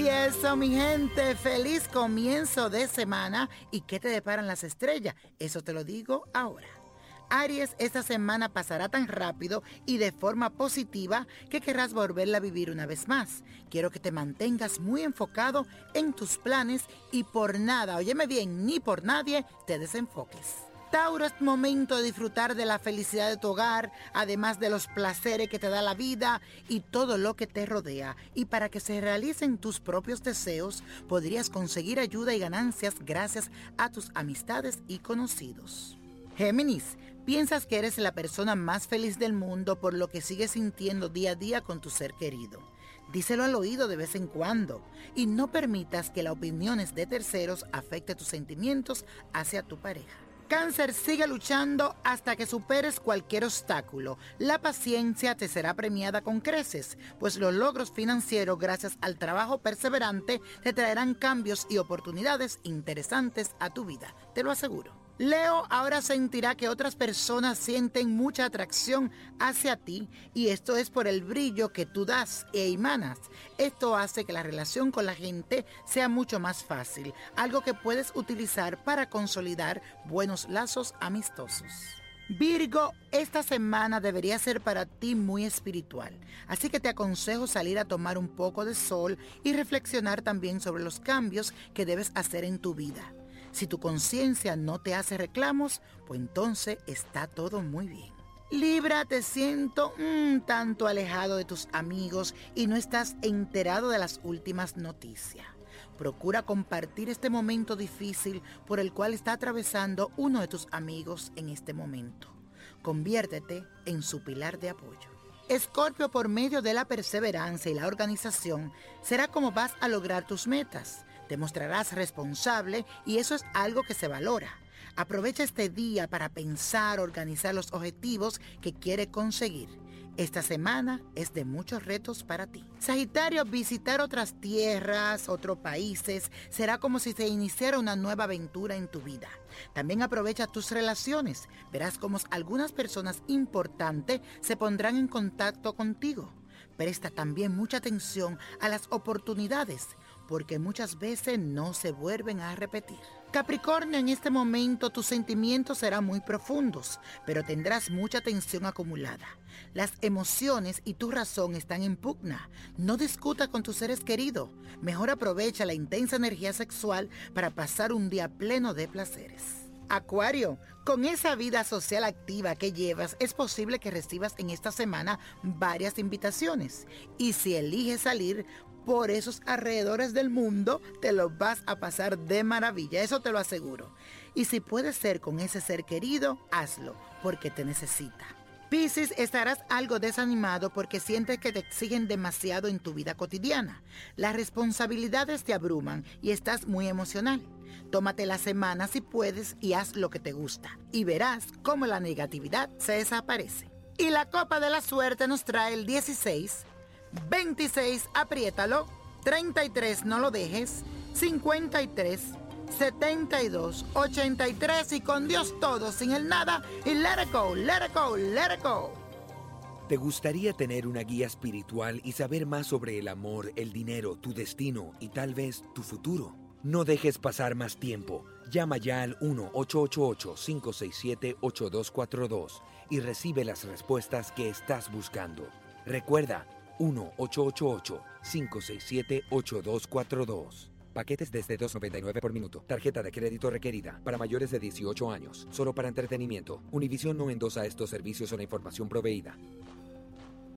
Y eso, mi gente, feliz comienzo de semana. ¿Y qué te deparan las estrellas? Eso te lo digo ahora. Aries, esta semana pasará tan rápido y de forma positiva que querrás volverla a vivir una vez más. Quiero que te mantengas muy enfocado en tus planes y por nada, óyeme bien, ni por nadie, te desenfoques. Tauro, es momento de disfrutar de la felicidad de tu hogar, además de los placeres que te da la vida y todo lo que te rodea. Y para que se realicen tus propios deseos, podrías conseguir ayuda y ganancias gracias a tus amistades y conocidos. Géminis, piensas que eres la persona más feliz del mundo por lo que sigues sintiendo día a día con tu ser querido. Díselo al oído de vez en cuando y no permitas que las opiniones de terceros afecten tus sentimientos hacia tu pareja. Cáncer, sigue luchando hasta que superes cualquier obstáculo. La paciencia te será premiada con creces, pues los logros financieros gracias al trabajo perseverante te traerán cambios y oportunidades interesantes a tu vida, te lo aseguro. Leo, ahora sentirá que otras personas sienten mucha atracción hacia ti y esto es por el brillo que tú das e emanas. Esto hace que la relación con la gente sea mucho más fácil, algo que puedes utilizar para consolidar buenos lazos amistosos. Virgo, esta semana debería ser para ti muy espiritual, así que te aconsejo salir a tomar un poco de sol y reflexionar también sobre los cambios que debes hacer en tu vida. Si tu conciencia no te hace reclamos, pues entonces está todo muy bien. Libra, te siento un tanto alejado de tus amigos y no estás enterado de las últimas noticias. Procura compartir este momento difícil por el cual está atravesando uno de tus amigos en este momento. Conviértete en su pilar de apoyo. Escorpio, por medio de la perseverancia y la organización, será como vas a lograr tus metas. Te mostrarás responsable y eso es algo que se valora. Aprovecha este día para pensar, organizar los objetivos que quieres conseguir. Esta semana es de muchos retos para ti. Sagitario, visitar otras tierras, otros países, será como si se iniciara una nueva aventura en tu vida. También aprovecha tus relaciones. Verás cómo algunas personas importantes se pondrán en contacto contigo. Presta también mucha atención a las oportunidades, porque muchas veces no se vuelven a repetir. Capricornio, en este momento tus sentimientos serán muy profundos, pero tendrás mucha tensión acumulada. Las emociones y tu razón están en pugna. No discutas con tus seres queridos. Mejor aprovecha la intensa energía sexual para pasar un día pleno de placeres. Acuario, con esa vida social activa que llevas, es posible que recibas en esta semana varias invitaciones. Y si eliges salir por esos alrededores del mundo, te lo vas a pasar de maravilla, eso te lo aseguro. Y si puedes ser con ese ser querido, hazlo, porque te necesita. Piscis, estarás algo desanimado porque sientes que te exigen demasiado en tu vida cotidiana. Las responsabilidades te abruman y estás muy emocional. Tómate la semana si puedes y haz lo que te gusta. Y verás cómo la negatividad se desaparece. Y la copa de la suerte nos trae el 16, 26, apriétalo, 33, no lo dejes, 53, 72, 83 y con Dios todo, sin el nada y let it go, let it go, let it go. ¿Te gustaría tener una guía espiritual y saber más sobre el amor, el dinero, tu destino y tal vez tu futuro? No dejes pasar más tiempo. Llama ya al 1-888-567-8242 y recibe las respuestas que estás buscando. Recuerda, 1-888-567-8242. Paquetes desde $2.99 por minuto. Tarjeta de crédito requerida para mayores de 18 años. Solo para entretenimiento. Univision no endosa estos servicios o la información proveída.